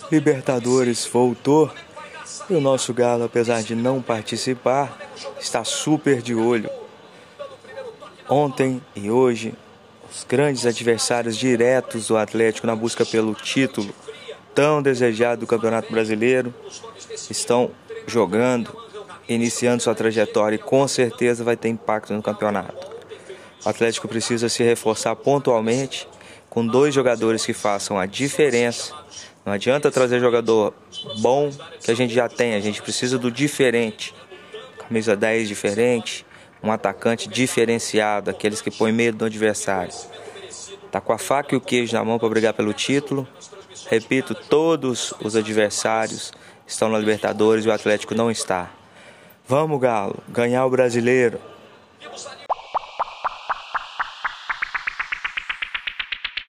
Libertadores voltou e o nosso Galo, apesar de não participar, está super de olho. Ontem e hoje, os grandes adversários diretos do Atlético na busca pelo título tão desejado do Campeonato Brasileiro estão jogando, iniciando sua trajetória e com certeza vai ter impacto no campeonato. O Atlético precisa se reforçar pontualmente com 2 jogadores que façam a diferença. Não adianta trazer jogador bom que a gente já tem, a gente precisa do diferente. Camisa 10 diferente, um atacante diferenciado, aqueles que põem medo do adversário. Tá com a faca e o queijo na mão para brigar pelo título. Repito, todos os adversários estão na Libertadores e o Atlético não está. Vamos, Galo, ganhar o Brasileiro.